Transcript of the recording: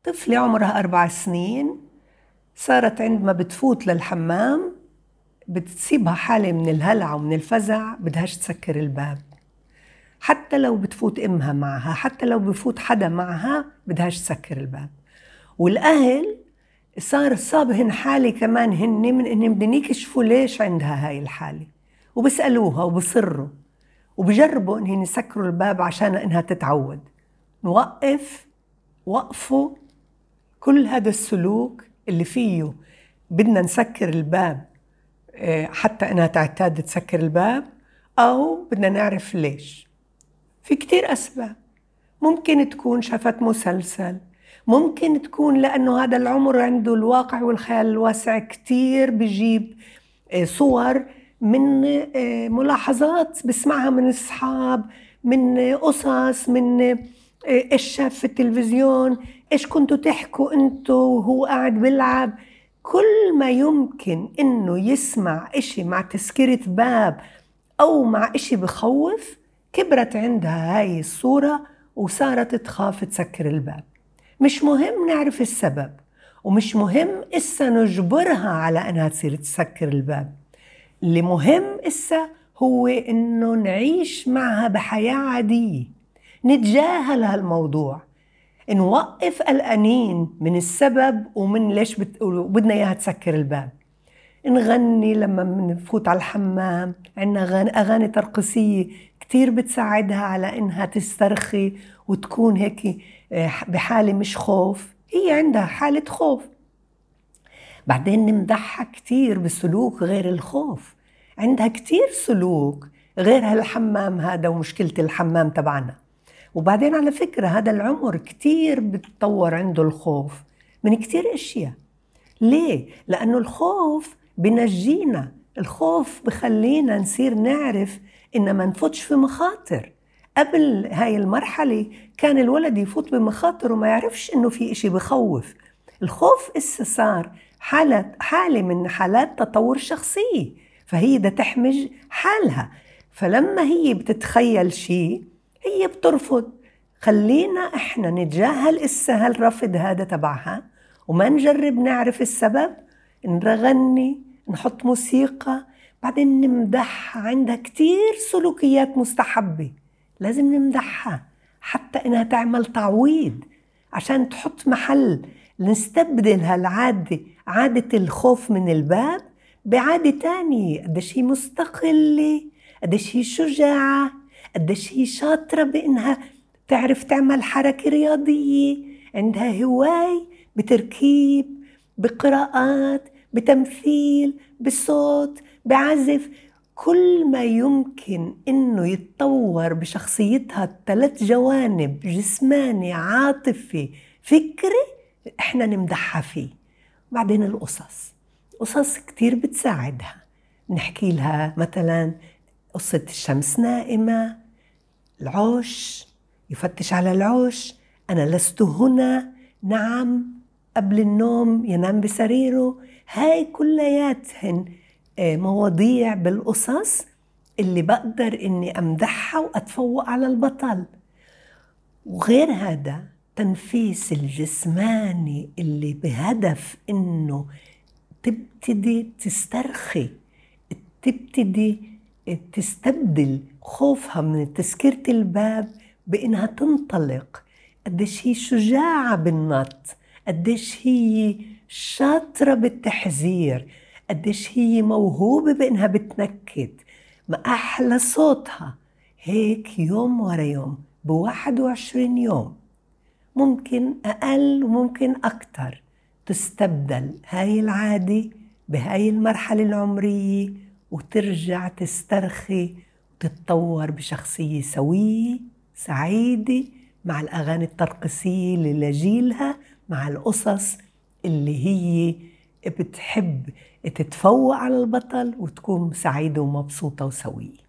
طفلة عمرها 4 سنين صارت عندما بتفوت للحمام بتصيبها حالة من الهلع ومن الفزع، بدهاش تسكر الباب. حتى لو بتفوت امها معها، حتى لو بفوت حدا معها، بدهاش تسكر الباب. والأهل صابهن حالة كمان هن من إنهم بدهم يكشفوا ليش عندها هاي الحالة، وبسألوها وبصروا وبجربوا إنهم يسكروا الباب عشان إنها تتعود. وقفوا كل هذا السلوك اللي فيه بدنا نسكر الباب حتى إنها تعتاد تسكر الباب، أو بدنا نعرف ليش. في كتير أسباب. ممكن تكون شافت مسلسل، ممكن تكون لأنه هذا العمر عنده الواقع والخيال الواسع كتير، بيجيب صور من ملاحظات بسمعها من أصحاب، من قصص، من إيش شاف في التلفزيون، إيش كنتوا تحكوا أنتوا وهو قاعد بيلعب. كل ما يمكن إنه يسمع إشي مع تسكيرة باب أو مع إشي بخوف، كبرت عندها هاي الصورة وصارت تخاف تسكر الباب. مش مهم نعرف السبب، ومش مهم إسا نجبرها على أنها تصير تسكر الباب. اللي مهم إسا هو إنه نعيش معها بحياة عادية، نتجاهل هالموضوع، نوقف قلقانين من السبب ومن ليش بدنا إياها تسكر الباب. نغني لما بنفوت على الحمام، عنا أغاني ترقصية كتير بتساعدها على إنها تسترخي وتكون هيك بحالة مش خوف، هي عندها حالة خوف. بعدين نمدحها كتير بسلوك غير الخوف، عندها كتير سلوك غير هالحمام هذا ومشكلة الحمام تبعنا. وبعدين على فكرة هذا العمر كتير بتطور عنده الخوف من كتير أشياء. ليه؟ لأنه الخوف بنجينا، الخوف بخلينا نصير نعرف إن ما نفوتش في مخاطر. قبل هاي المرحلة كان الولد يفوت بمخاطر وما يعرفش إنه في إشي بخوف. الخوف إسا صار حالة من حالات تطور شخصية، فهي بدها تحمج حالها. فلما هي بتتخيل شيء هي بترفض. خلينا إحنا نتجاهل إسا هالرفض هذا تبعها وما نجرب نعرف السبب. نغني، نحط موسيقى، بعدين نمدحها. عندها كتير سلوكيات مستحبة، لازم نمدحها حتى إنها تعمل تعويض عشان تحط محل. نستبدل هالعادة، عادة الخوف من الباب، بعادة تانية. قديش هي مستقلة، قديش هي شجاعة، قديش هي شاطرة بإنها تعرف تعمل حركة رياضية، عندها هواية بتركيب، بقراءات، بتمثيل، بصوت، بعزف. كل ما يمكن إنه يتطور بشخصيتها 3 جوانب: جسماني، عاطفي، فكري، إحنا نمدحها فيه. بعدين القصص كتير بتساعدها. نحكي لها مثلا قصة الشمس نائمة، العوش يفتش على العوش، أنا لست هنا، نعم، قبل النوم ينام بسريره. هاي كلياتهن مواضيع بالقصص اللي بقدر إني أمدحها وأتفوق على البطل. وغير هذا تنفيس الجسماني اللي بهدف إنه تبتدي تسترخي، تبتدي تستبدل خوفها من تسكيرة الباب بإنها تنطلق. قديش هي شجاعة بالنط، قديش هي شاطرة بالتحذير، قديش هي موهوبة بإنها بتنكد. ما أحلى صوتها. هيك يوم ورا يوم، ب21 يوم، ممكن أقل وممكن أكتر، تستبدل هاي العادة بهاي المرحلة العمرية وترجع تسترخي وتتطور بشخصية سوية سعيدة، مع الأغاني الترقصية اللي لجيلها، مع القصص اللي هي بتحب تتفوق على البطل وتكون سعيدة ومبسوطة وسوية.